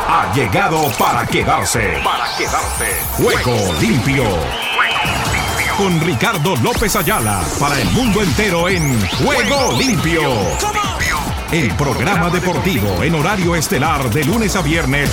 ha llegado para quedarse. Juego limpio. Con Ricardo López Ayala para el mundo entero en Juego Limpio. El programa deportivo en horario estelar de lunes a viernes.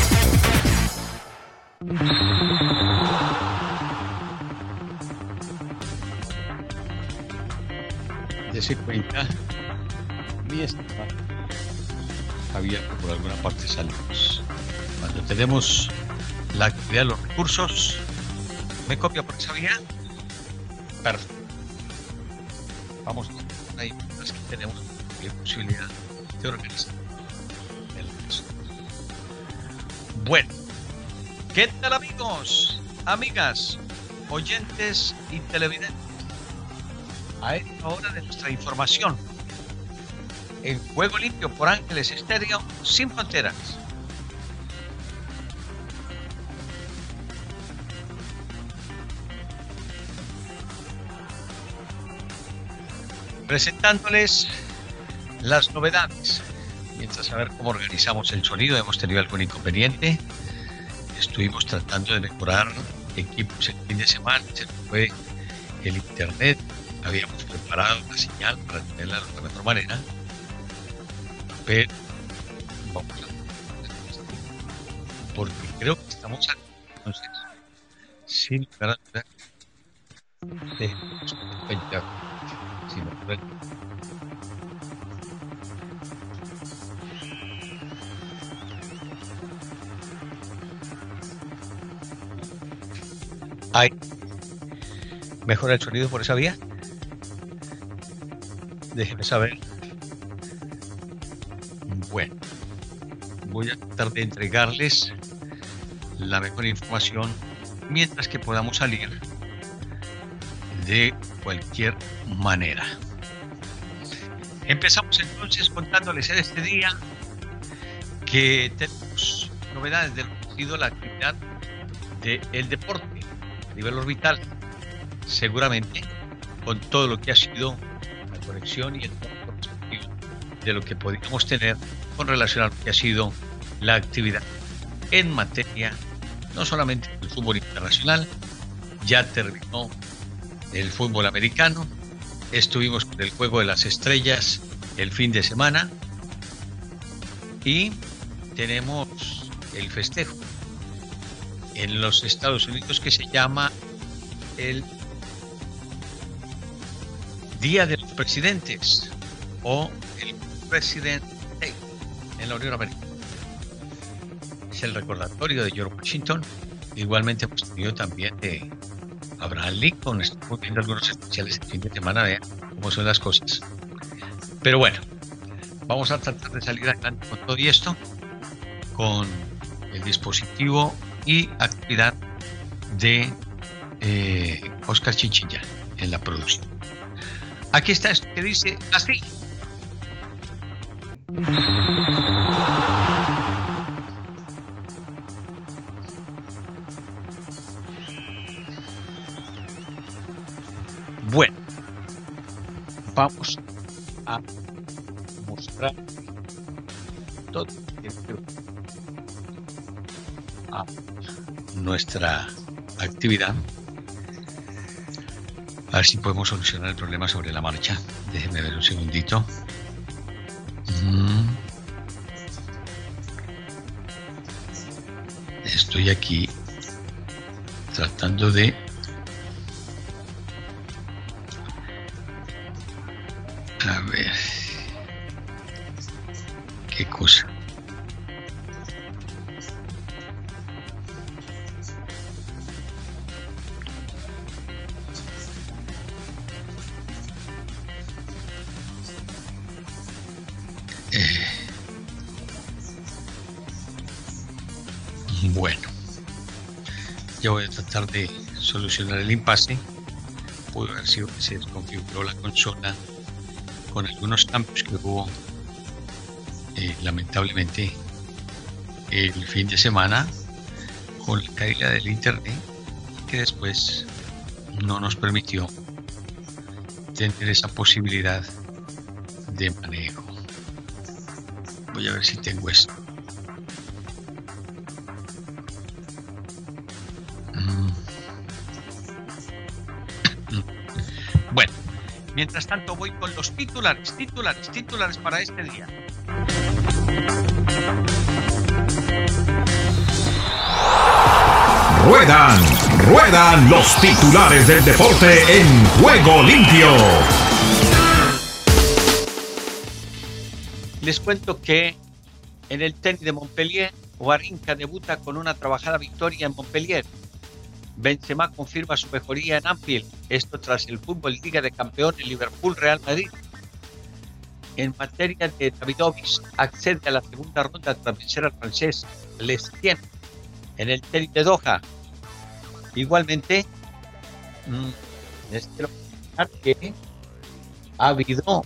Dese cuenta, mi estimado Javier, que por alguna parte salimos. Cuando tenemos la actividad de los recursos, ¿me copia por esa vía? Perfecto. Vamos a ahí, las que tenemos la posibilidad de organizar el resto. Bueno, ¿qué tal, amigos, amigas, oyentes y televidentes? A esta hora de nuestra información en Juego Limpio por Ángeles Estéreo sin fronteras. Presentándoles las novedades. Mientras a ver cómo organizamos el sonido, hemos tenido algún inconveniente. Estuvimos tratando de mejorar equipos el fin de semana, se fue el internet. Habíamos preparado la señal para tenerla de la mejor manera, pero vamos a porque creo que estamos aquí. Entonces, sin lugar a dudas, dejemos cuenta si no pueden. Ahí. ¿Mejora el sonido por esa vía? Déjenme saber. Bueno, voy a tratar de entregarles la mejor información mientras que podamos salir de cualquier manera. Empezamos entonces contándoles en este día que tenemos novedades de lo que ha sido la actividad del deporte a nivel orbital, seguramente con todo lo que ha sido conexión y el perspectiva de lo que podríamos tener con relación a lo que ha sido la actividad en materia no solamente del fútbol internacional. Ya terminó el fútbol americano, estuvimos con el Juego de las Estrellas el fin de semana y tenemos el festejo en los Estados Unidos que se llama el Día de los Presidentes o el President Day en la Unión Americana. Es el recordatorio de George Washington. Igualmente hemos tenido también de Abraham Lincoln. Estamos viendo algunos especiales el fin de semana, vean cómo son las cosas. Pero bueno, vamos a tratar de salir adelante con todo y esto, con el dispositivo y actividad de Oscar Chinchilla en la producción. Aquí está esto que dice así. Bueno, vamos a mostrar todo a nuestra actividad. A ver si podemos solucionar el problema sobre la marcha. Déjenme ver un segundito. Estoy aquí tratando de a ver qué cosa. Bueno, ya voy a tratar de solucionar el impasse. Pudo haber sido que se desconfiguró la consola con algunos cambios que hubo lamentablemente el fin de semana con la caída del internet, que después no nos permitió tener esa posibilidad de manejo. Voy a ver si tengo esto. Mientras tanto voy con los titulares para este día. Ruedan los titulares del deporte en Juego Limpio. Les cuento que en el tenis de Montpellier, Wawrinka debuta con una trabajada victoria en Montpellier. Benzema confirma su mejoría en Anfield, esto tras el fútbol Liga de Campeones Liverpool-Real Madrid. En materia de Davidovich, accede a la segunda ronda tras vencer al francés Lestien en el tenis de Doha. Igualmente, les quiero comentar que ha habido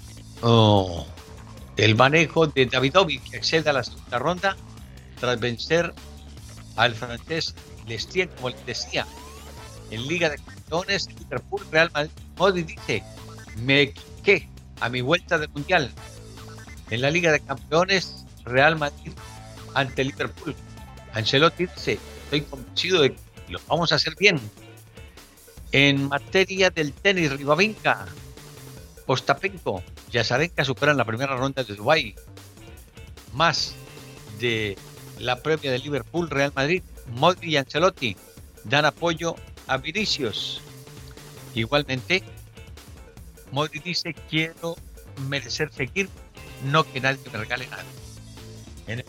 el manejo de Davidovich, que accede a la segunda ronda tras vencer al francés Lestien, como les decía, en Liga de Campeones, Liverpool, Real Madrid. Modi dice: me equivoqué a mi vuelta del Mundial. En la Liga de Campeones, Real Madrid ante Liverpool. Ancelotti dice: estoy convencido de que lo vamos a hacer bien. En materia del tenis, Rybakina, Ostapenko y Azarenka superan la primera ronda de Dubái. Más de la previa de Liverpool, Real Madrid, Modric y Ancelotti dan apoyo a Vinicius. Igualmente, Modric dice: quiero merecer seguir, no que nadie me regale nada. En el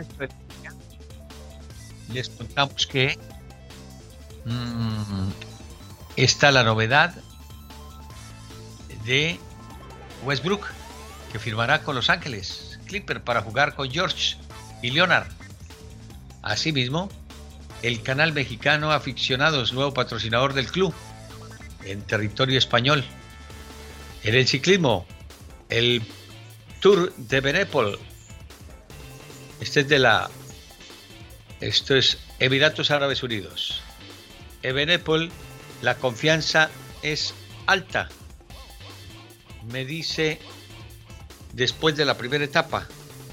les contamos que está la novedad de Westbrook, que firmará con Los Ángeles Clippers para jugar con George y Leonard. Asimismo, el canal mexicano Aficionados, nuevo patrocinador del club en territorio español. En el ciclismo, el Tour de Benepol. Esto es Emiratos Árabes Unidos. En Benepol la confianza es alta, me dice después de la primera etapa.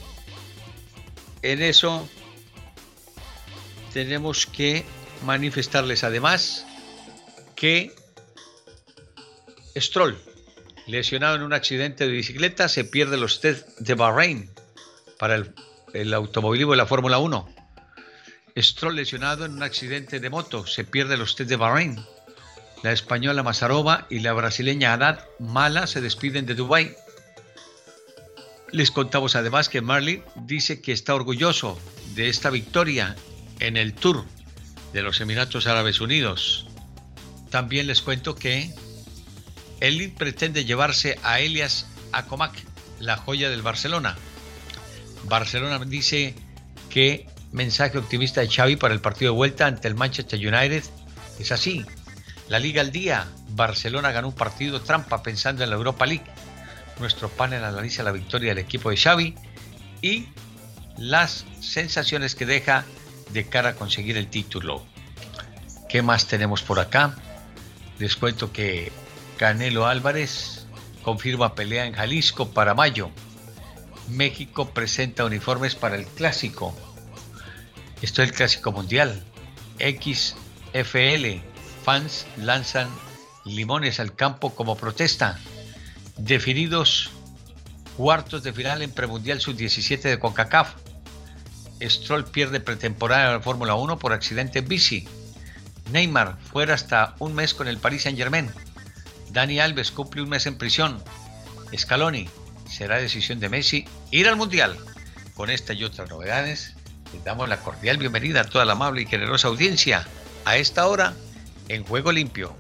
En eso tenemos que manifestarles además que Stroll, lesionado en un accidente de bicicleta, se pierde los test de Bahrein para el automovilismo de la Fórmula 1. Stroll, lesionado en un accidente de moto, se pierde los test de Bahrein. La española Mazarova y la brasileña Haddad Mala se despiden de Dubái. Les contamos además que Marley dice que está orgulloso de esta victoria en el Tour de los Emiratos Árabes Unidos. También les cuento que el Lille pretende llevarse a Elias Acomac, la joya del Barcelona. Barcelona dice que mensaje optimista de Xavi para el partido de vuelta ante el Manchester United es así: la Liga al día, Barcelona ganó un partido trampa pensando en la Europa League. Nuestro panel analiza la victoria del equipo de Xavi y las sensaciones que deja de cara a conseguir el título. ¿Qué más tenemos por acá? Les cuento que Canelo Álvarez confirma pelea en Jalisco para mayo. México presenta uniformes para el Clásico. Esto es el Clásico Mundial. XFL. Fans lanzan limones al campo como protesta. Definidos cuartos de final en premundial sub-17 de CONCACAF. Stroll pierde pretemporada en la Fórmula 1 por accidente en bici. Neymar fuera hasta un mes con el Paris Saint-Germain. Dani Alves cumple un mes en prisión. Scaloni: será decisión de Messi ir al Mundial. Con esta y otras novedades, les damos la cordial bienvenida a toda la amable y generosa audiencia a esta hora en Juego Limpio.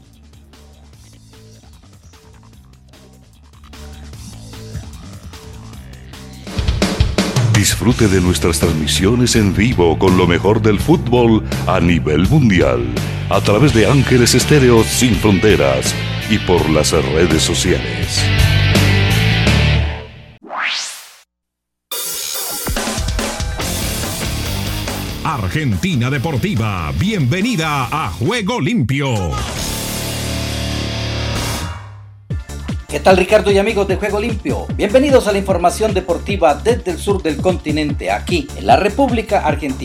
Disfrute de nuestras transmisiones en vivo con lo mejor del fútbol a nivel mundial, a través de Ángeles Estéreo Sin Fronteras y por las redes sociales. Argentina Deportiva, bienvenida a Juego Limpio. ¿Qué tal, Ricardo y amigos de Juego Limpio? Bienvenidos a la información deportiva desde el sur del continente, aquí en la República Argentina.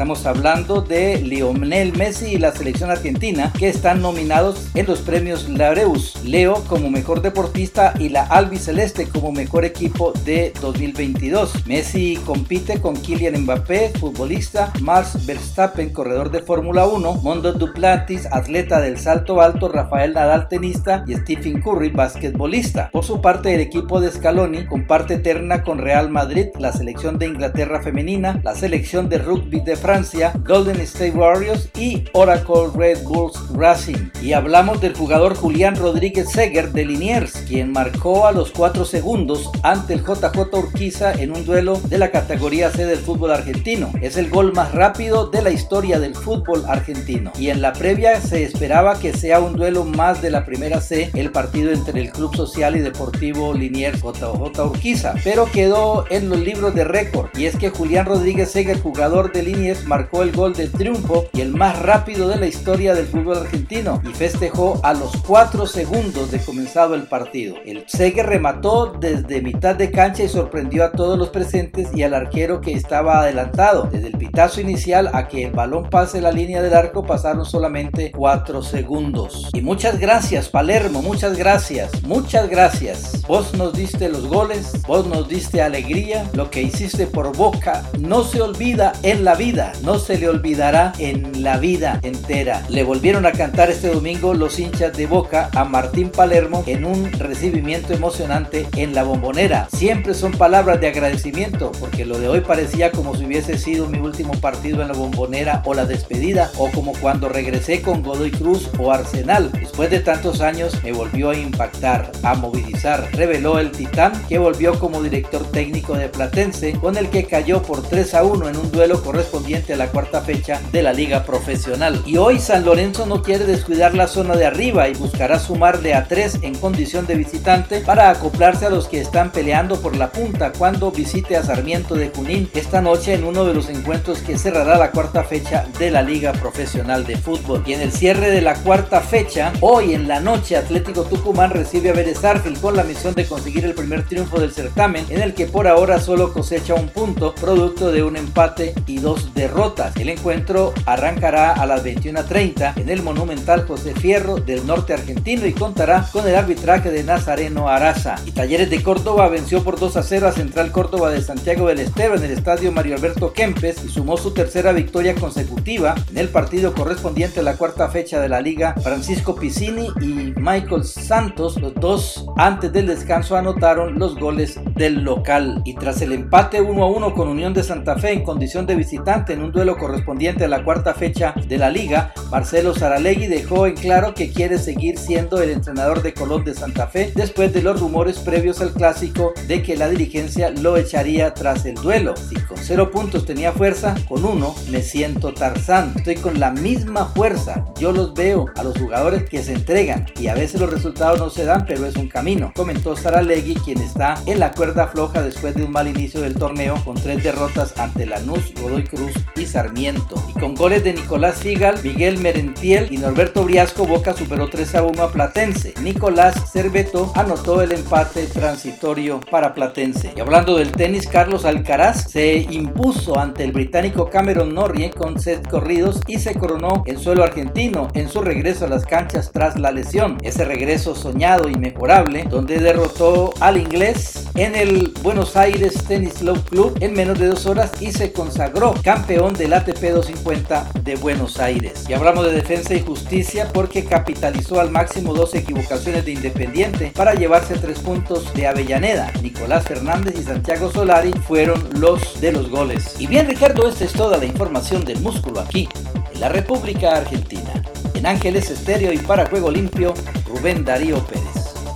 Estamos hablando de Lionel Messi y la selección argentina, que están nominados en los premios Laureus. Leo como mejor deportista y la albiceleste como mejor equipo de 2022. Messi compite con Kylian Mbappé, futbolista, Max Verstappen, corredor de Fórmula 1, Mondo Duplantis, atleta del salto alto, Rafael Nadal, tenista, y Stephen Curry, basquetbolista. Por su parte, el equipo de Scaloni comparte terna con Real Madrid, la selección de Inglaterra femenina, la selección de rugby de Francia, Golden State Warriors y Oracle Red Bulls Racing. Y hablamos del jugador Julián Rodríguez Seger de Liniers, quien marcó a los 4 segundos ante el JJ Urquiza en un duelo de la categoría C del fútbol argentino. Es el gol más rápido de la historia del fútbol argentino. Y en la previa se esperaba que sea un duelo más de la primera C, el partido entre el Club Social y Deportivo Liniers JJ Urquiza, pero quedó en los libros de récord. Y es que Julián Rodríguez Seger, jugador de Liniers, marcó el gol de triunfo y el más rápido de la historia del fútbol argentino, y festejó a los 4 segundos de comenzado el partido. El Seger remató desde mitad de cancha y sorprendió a todos los presentes y al arquero, que estaba adelantado. Desde el pitazo inicial a que el balón pase la línea del arco pasaron solamente 4 segundos. Y muchas gracias, Palermo, muchas gracias, muchas gracias. Vos nos diste los goles, vos nos diste alegría. Lo que hiciste por Boca no se olvida en la vida, no se le olvidará en la vida entera. Le volvieron a cantar este domingo los hinchas de Boca a Martín Palermo en un recibimiento emocionante en la Bombonera. Siempre son palabras de agradecimiento, porque lo de hoy parecía como si hubiese sido mi último partido en la Bombonera o la despedida, o como cuando regresé con Godoy Cruz o Arsenal. Después de tantos años me volvió a impactar, a movilizar, reveló el titán, que volvió como director técnico de Platense, con el que cayó por 3-1 en un duelo correspondiente a la cuarta fecha de la liga profesional. Y hoy San Lorenzo no quiere descuidar la zona de arriba y buscará sumar de a 3 en condición de visitante para acoplarse a los que están peleando por la punta cuando visite a Sarmiento de Junín esta noche en uno de los encuentros que cerrará la cuarta fecha de la liga profesional de fútbol. Y en el cierre de la cuarta fecha, hoy en la noche, Atlético Tucumán recibe a Vélez Sarsfield con la misión de conseguir el primer triunfo del certamen, en el que por ahora solo cosecha un punto, producto de un empate y 2 derrotas. El encuentro arrancará a las 21:30 en el Monumental José Fierro del norte argentino y contará con el arbitraje de Nazareno Araza. Y Talleres de Córdoba venció por 2-0 a Central Córdoba de Santiago del Estero en el estadio Mario Alberto Kempes y sumó su tercera victoria consecutiva en el partido correspondiente a la cuarta fecha de la liga. Francisco Piccini y Michael Santos, los dos antes del descanso, anotaron los goles del local. Y tras el empate 1-1 con Unión de Santa Fe en condición de visitante en un duelo correspondiente a la cuarta fecha de la liga, Marcelo Saralegui dejó en claro que quiere seguir siendo el entrenador de Colón de Santa Fe después de los rumores previos al clásico de que la dirigencia lo echaría tras el duelo. Si con 0 puntos tenía fuerza, con 1 me siento Tarzán. Estoy con la misma fuerza. Yo los veo a los jugadores que se entregan y a veces los resultados no se dan, pero es un camino, comentó Saralegui, quien está en la cuerda floja después de un mal inicio del torneo con 3 derrotas ante Lanús, Godoy Cruz y Sarmiento. Y con goles de Nicolás Figal, Miguel Merentiel y Norberto Briasco, Boca superó 3-1 a Platense. Nicolás Cerveto anotó el empate transitorio para Platense. Y hablando del tenis, Carlos Alcaraz se impuso ante el británico Cameron Norrie con 6 corridos y se coronó en suelo argentino en su regreso a las canchas tras la lesión. Ese regreso soñado y memorable, donde derrotó al inglés en el Buenos Aires Tennis Club en menos de 2 horas y se consagró campeón del ATP 250 de Buenos Aires. Y hablamos de Defensa y Justicia porque capitalizó al máximo 2 equivocaciones de Independiente para llevarse 3 puntos de Avellaneda. Nicolás Fernández y Santiago Solari fueron los de los goles. Y bien, Ricardo, esta es toda la información del músculo aquí en la República Argentina. En Ángeles Estéreo y para Juego Limpio, Rubén Darío Pérez.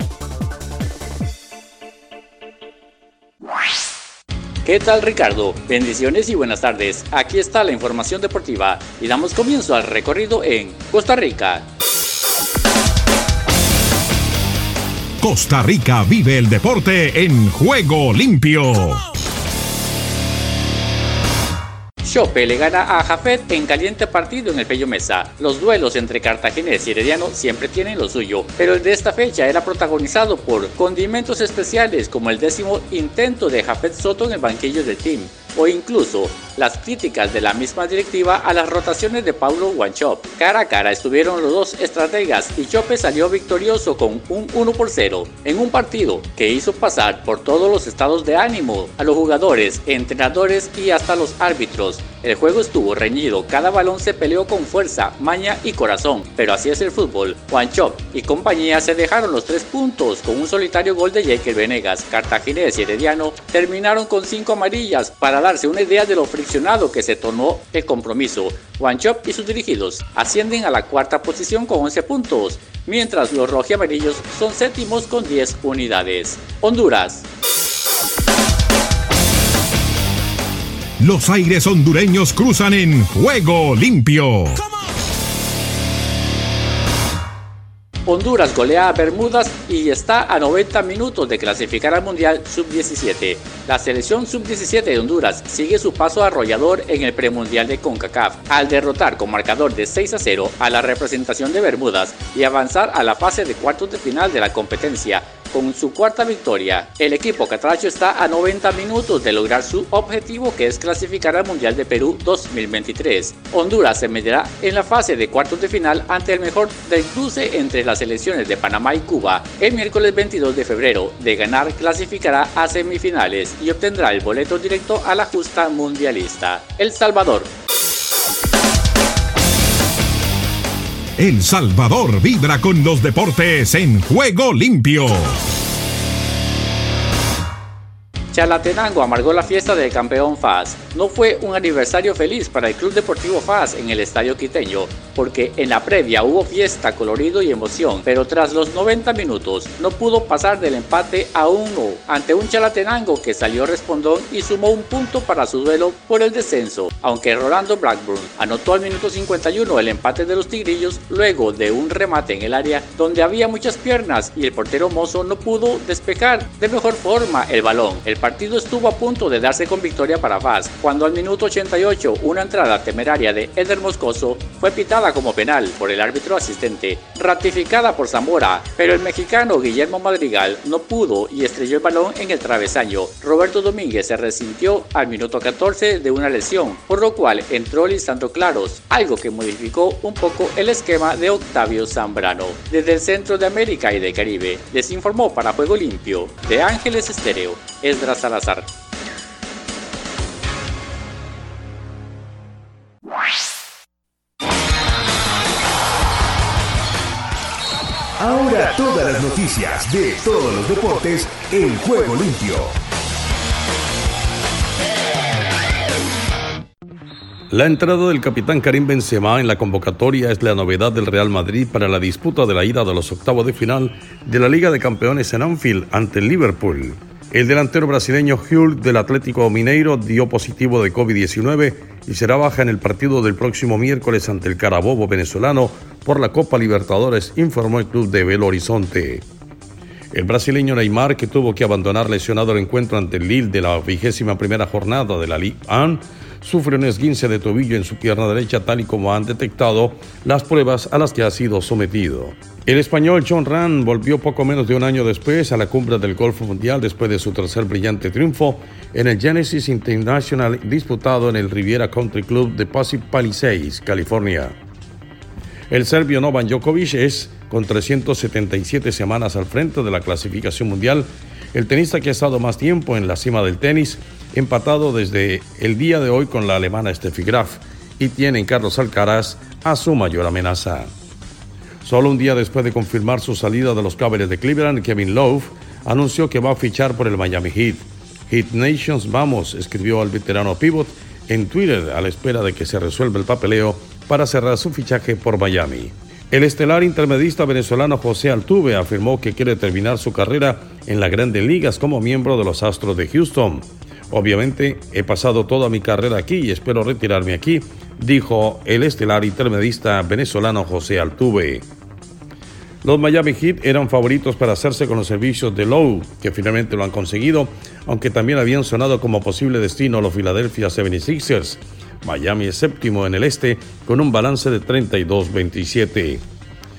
¿Qué tal, Ricardo? Bendiciones y buenas tardes. Aquí está la información deportiva y damos comienzo al recorrido en Costa Rica. Costa Rica vive el deporte en Juego Limpio. Chope le gana a Jafet en caliente partido en el Pello Mesa. Los duelos entre cartaginés y herediano siempre tienen lo suyo, pero el de esta fecha era protagonizado por condimentos especiales como el 10º intento de Jafet Soto en el banquillo del team, o incluso las críticas de la misma directiva a las rotaciones de Paulo Wanchope. Cara a cara estuvieron los dos estrategas y Chope salió victorioso con un 1-0 en un partido que hizo pasar por todos los estados de ánimo a los jugadores, entrenadores y hasta los árbitros. El juego estuvo reñido, cada balón se peleó con fuerza, maña y corazón, pero así es el fútbol. Wanchope y compañía se dejaron los 3 puntos con un solitario gol de Jekyll Venegas. Cartaginés y Herediano terminaron con 5 amarillas para darse una idea de lo friccionado que se tornó el compromiso. Wanchope y sus dirigidos ascienden a la 4ª posición con 11 puntos, mientras los rojiamarillos son 7º con 10 unidades. Honduras. Los aires hondureños cruzan en Juego Limpio. Honduras golea a Bermudas y está a 90 minutos de clasificar al Mundial Sub-17. La selección Sub-17 de Honduras sigue su paso arrollador en el premundial de CONCACAF al derrotar con marcador de 6-0 a la representación de Bermudas y avanzar a la fase de cuartos de final de la competencia. Con su 4ª victoria, el equipo catracho está a 90 minutos de lograr su objetivo, que es clasificar al Mundial de Perú 2023. Honduras se medirá en la fase de cuartos de final ante el mejor del cruce entre las selecciones de Panamá y Cuba. El miércoles 22 de febrero, de ganar, clasificará a semifinales y obtendrá el boleto directo a la justa mundialista. El Salvador. El Salvador vibra con los deportes en Juego Limpio. Chalatenango amargó la fiesta del campeón FAS. No fue un aniversario feliz para el Club Deportivo FAS en el Estadio Quiteño, porque en la previa hubo fiesta, colorido y emoción, pero tras los 90 minutos no pudo pasar del empate a 1 ante un Chalatenango que salió respondón y sumó un punto para su duelo por el descenso, aunque Rolando Blackburn anotó al minuto 51 el empate de los Tigrillos luego de un remate en el área donde había muchas piernas y el portero Mozo no pudo despejar de mejor forma el balón. El partido estuvo a punto de darse con victoria para FAS, cuando al minuto 88 una entrada temeraria de Eder Moscoso fue pitada como penal por el árbitro asistente, ratificada por Zamora, pero el mexicano Guillermo Madrigal no pudo y estrelló el balón en el travesaño. Roberto Domínguez se resintió al minuto 14 de una lesión, por lo cual entró Lisandro Claros, algo que modificó un poco el esquema de Octavio Zambrano. Desde el centro de América y del Caribe, les informó para Juego Limpio de Ángeles Estéreo, Esdras Salazar. Ahora todas las noticias de todos los deportes en Juego Limpio. La entrada del capitán Karim Benzema en la convocatoria es la novedad del Real Madrid para la disputa de la ida de los octavos de final de la Liga de Campeones en Anfield ante el Liverpool. El delantero brasileño Hulk del Atlético Mineiro dio positivo de COVID-19 y será baja en el partido del próximo miércoles ante el Carabobo venezolano por la Copa Libertadores, informó el club de Belo Horizonte. El brasileño Neymar, que tuvo que abandonar lesionado el encuentro ante el Lille de la 21ª jornada de la Ligue 1, sufre un esguince de tobillo en su pierna derecha, tal y como han detectado las pruebas a las que ha sido sometido. El español Jon Rahm volvió poco menos de un año después a la cumbre del golf mundial después de su tercer brillante triunfo en el Genesis International disputado en el Riviera Country Club de Pacific Palisades, California. El serbio Novak Djokovic es, con 377 semanas al frente de la clasificación mundial, el tenista que ha estado más tiempo en la cima del tenis, empatado desde el día de hoy con la alemana Steffi Graf, y tiene en Carlos Alcaraz a su mayor amenaza. Solo un día después de confirmar su salida de los Cavaliers de Cleveland, Kevin Love anunció que va a fichar por el Miami Heat. Heat Nations vamos, escribió el veterano pivot en Twitter a la espera de que se resuelva el papeleo para cerrar su fichaje por Miami. El estelar intermedista venezolano José Altuve afirmó que quiere terminar su carrera en las Grandes Ligas como miembro de los Astros de Houston. Obviamente, he pasado toda mi carrera aquí y espero retirarme aquí, dijo el estelar intermedista venezolano José Altuve. Los Miami Heat eran favoritos para hacerse con los servicios de Lowe, que finalmente lo han conseguido, aunque también habían sonado como posible destino los Philadelphia 76ers. Miami es séptimo en el este con un balance de 32-27.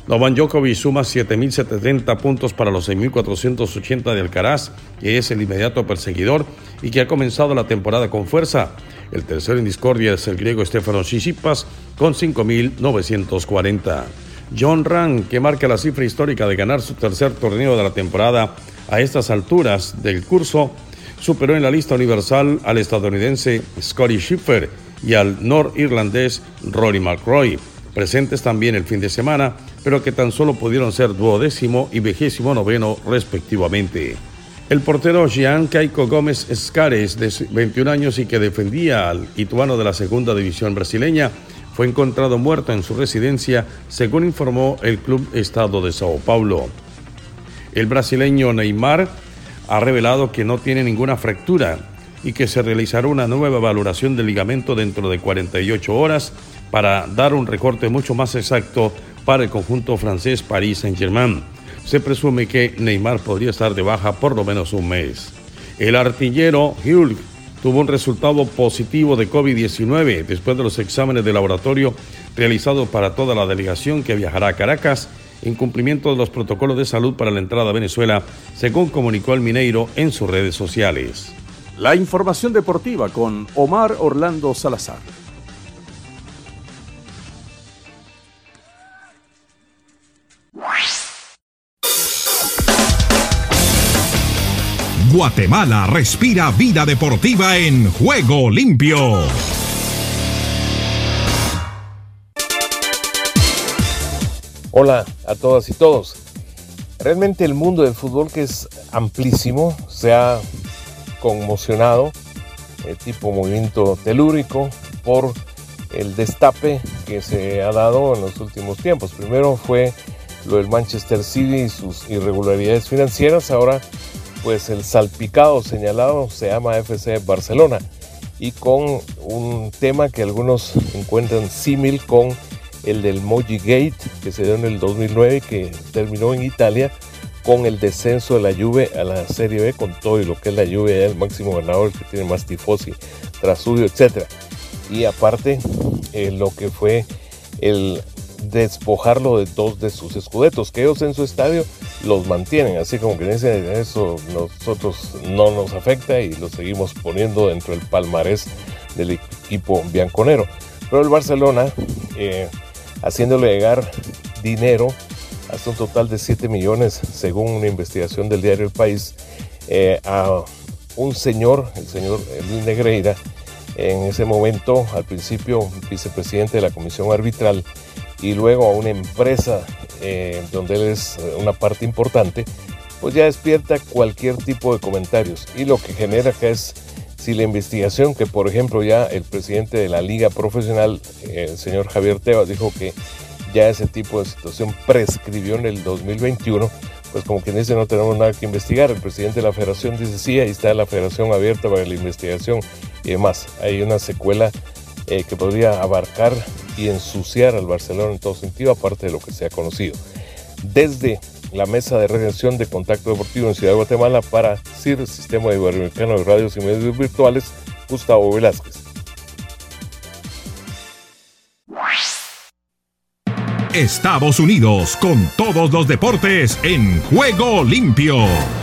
Novak Djokovic suma 7.070 puntos para los 6.480 de Alcaraz, que es el inmediato perseguidor y que ha comenzado la temporada con fuerza. El tercero en discordia es el griego Stefanos Tsitsipas con 5.940. Jon Rahm, que marca la cifra histórica de ganar su tercer torneo de la temporada a estas alturas del curso, superó en la lista universal al estadounidense Scottie Scheffler y al norirlandés Rory McIlroy, presentes también el fin de semana, pero que tan solo pudieron ser 12º y 29º respectivamente. El portero Jean Caico Gómez Escares, de 21 años y que defendía al Ituano de la segunda división brasileña, fue encontrado muerto en su residencia, según informó el Club Estado de Sao Paulo. El brasileño Neymar ha revelado que no tiene ninguna fractura y que se realizará una nueva valoración del ligamento dentro de 48 horas para dar un recorte mucho más exacto para el conjunto francés Paris Saint-Germain. Se presume que Neymar podría estar de baja por lo menos un mes. El artillero Hulk tuvo un resultado positivo de COVID-19 después de los exámenes de laboratorio realizados para toda la delegación que viajará a Caracas en cumplimiento de los protocolos de salud para la entrada a Venezuela, según comunicó el Mineiro en sus redes sociales. La información deportiva con Omar Orlando Salazar. Guatemala respira vida deportiva en Juego Limpio. Hola a todas y todos. Realmente el mundo del fútbol, que es amplísimo, se ha conmocionado, tipo movimiento telúrico, por el destape que se ha dado en los últimos tiempos. Primero fue lo del Manchester City y sus irregularidades financieras. Ahora pues el salpicado señalado se llama FC Barcelona, y con un tema que algunos encuentran símil con el del Moji Gate, que se dio en el 2009 y que terminó en Italia con el descenso de la Juve a la Serie B, con todo y lo que es la Juve, el máximo ganador, que tiene más tifosi, Trasudio, etc. Y aparte lo que fue el despojarlo de 2 de sus escudetos, que ellos en su estadio los mantienen, así como que dicen, eso nosotros no nos afecta y lo seguimos poniendo dentro del palmarés del equipo bianconero. Pero el Barcelona, haciéndole llegar dinero hasta un total de 7 millones, según una investigación del diario El País, a un señor, el señor Luis Negreira, en ese momento, al principio vicepresidente de la comisión arbitral, y luego a una empresa donde él es una parte importante, pues ya despierta cualquier tipo de comentarios. Y lo que genera acá es, si la investigación, que por ejemplo ya el presidente de la liga profesional, el señor Javier Tebas, dijo que ya ese tipo de situación prescribió en el 2021, pues como quien dice, no tenemos nada que investigar. El presidente de la federación dice, sí, ahí está la federación abierta para la investigación y demás. Hay una secuela que podría abarcar y ensuciar al Barcelona en todo sentido, aparte de lo que se ha conocido. Desde la mesa de redención de Contacto Deportivo en Ciudad de Guatemala para CIR, Sistema Iberoamericano de Radios y Medios Virtuales, Gustavo Velázquez. Estados Unidos, con todos los deportes en Juego Limpio.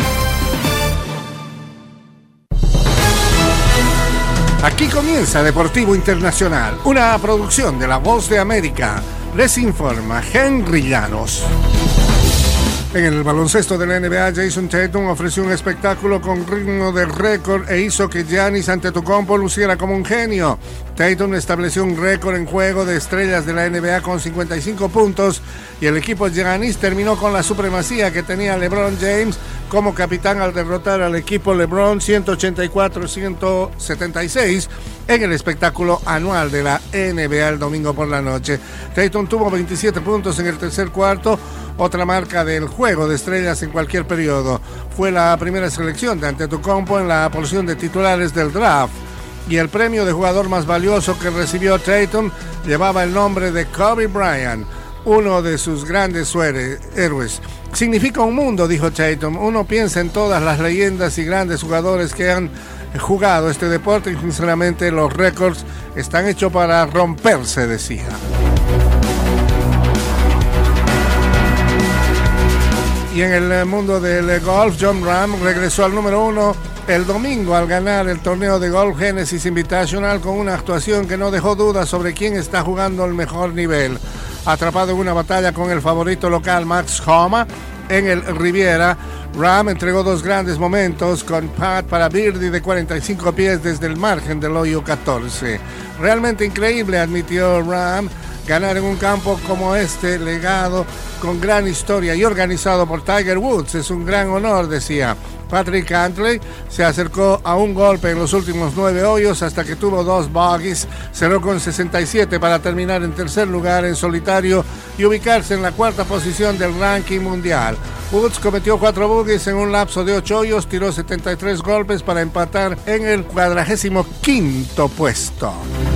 Aquí comienza Deportivo Internacional, una producción de La Voz de América. Les informa Henry Llanos. En el baloncesto de la NBA, Jason Tatum ofreció un espectáculo con ritmo de récord e hizo que Giannis Antetokounmpo luciera como un genio. Tatum estableció un récord en juego de estrellas de la NBA con 55 puntos y el equipo Giannis terminó con la supremacía que tenía LeBron James como capitán al derrotar al equipo LeBron 184-176 en el espectáculo anual de la NBA el domingo por la noche. Tatum tuvo 27 puntos en el tercer cuarto, otra marca del juego de estrellas en cualquier periodo. Fue la primera selección de Antetokounmpo en la porción de titulares del draft. Y el premio de jugador más valioso que recibió Tatum llevaba el nombre de Kobe Bryant, uno de sus grandes héroes. Significa un mundo, dijo Tatum. Uno piensa en todas las leyendas y grandes jugadores que han jugado este deporte y sinceramente los récords están hechos para romperse, decía. Y en el mundo del golf, Jon Rahm regresó al número 1 el domingo al ganar el torneo de golf Genesis Invitational con una actuación que no dejó dudas sobre quién está jugando el mejor nivel. Atrapado en una batalla con el favorito local Max Homa en el Riviera, Rahm entregó 2 grandes momentos con pat para birdie de 45 pies desde el margen del hoyo 14. Realmente increíble, admitió Rahm, ganar en un campo como este, legado, con gran historia y organizado por Tiger Woods. Es un gran honor, decía. Patrick Cantley se acercó a un golpe en los últimos 9 hoyos hasta que tuvo 2 bogies. Cerró con 67 para terminar en tercer lugar en solitario y ubicarse en la 4ª posición del ranking mundial. Woods cometió 4 bogies en un lapso de 8 hoyos, tiró 73 golpes para empatar en el 45º puesto.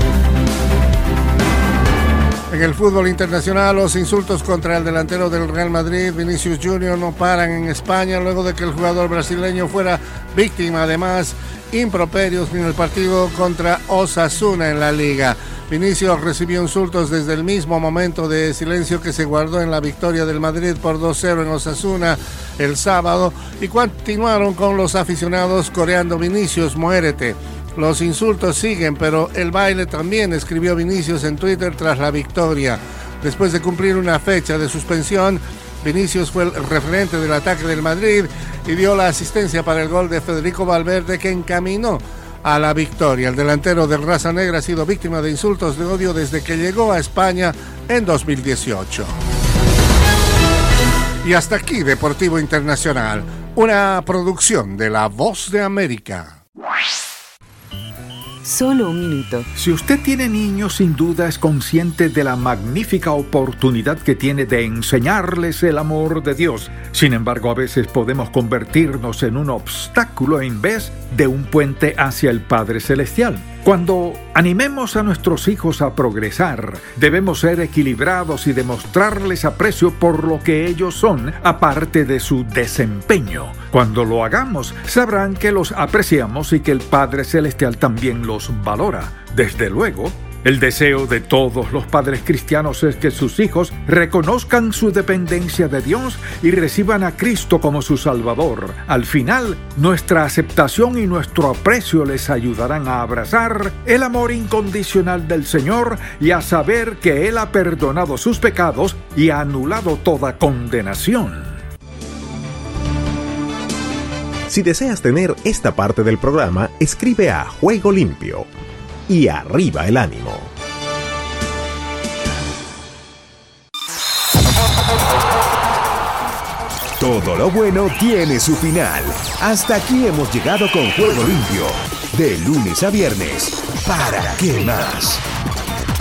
En el fútbol internacional, los insultos contra el delantero del Real Madrid, Vinicius Junior, no paran en España luego de que el jugador brasileño fuera víctima de más improperios en el partido contra Osasuna en la Liga. Vinicius recibió insultos desde el mismo momento de silencio que se guardó en la victoria del Madrid por 2-0 en Osasuna el sábado y continuaron con los aficionados coreando "Vinicius, muérete". Los insultos siguen, pero el baile también, escribió Vinicius en Twitter tras la victoria. Después de cumplir una fecha de suspensión, Vinicius fue el referente del ataque del Madrid y dio la asistencia para el gol de Federico Valverde, que encaminó a la victoria. El delantero del Raza Negra ha sido víctima de insultos de odio desde que llegó a España en 2018. Y hasta aquí Deportivo Internacional, una producción de La Voz de América. Solo un minuto. Si usted tiene niños, sin duda es consciente de la magnífica oportunidad que tiene de enseñarles el amor de Dios. Sin embargo, a veces podemos convertirnos en un obstáculo en vez de un puente hacia el Padre Celestial. Cuando animemos a nuestros hijos a progresar, debemos ser equilibrados y demostrarles aprecio por lo que ellos son, aparte de su desempeño. Cuando lo hagamos, sabrán que los apreciamos y que el Padre Celestial también los valora. Desde luego, el deseo de todos los padres cristianos es que sus hijos reconozcan su dependencia de Dios y reciban a Cristo como su Salvador. Al final, nuestra aceptación y nuestro aprecio les ayudarán a abrazar el amor incondicional del Señor y a saber que Él ha perdonado sus pecados y ha anulado toda condenación. Si deseas tener esta parte del programa, escribe a Juego Limpio. Y arriba el ánimo. Todo lo bueno tiene su final. Hasta aquí hemos llegado con Juego Limpio. De lunes a viernes. ¿Para qué más?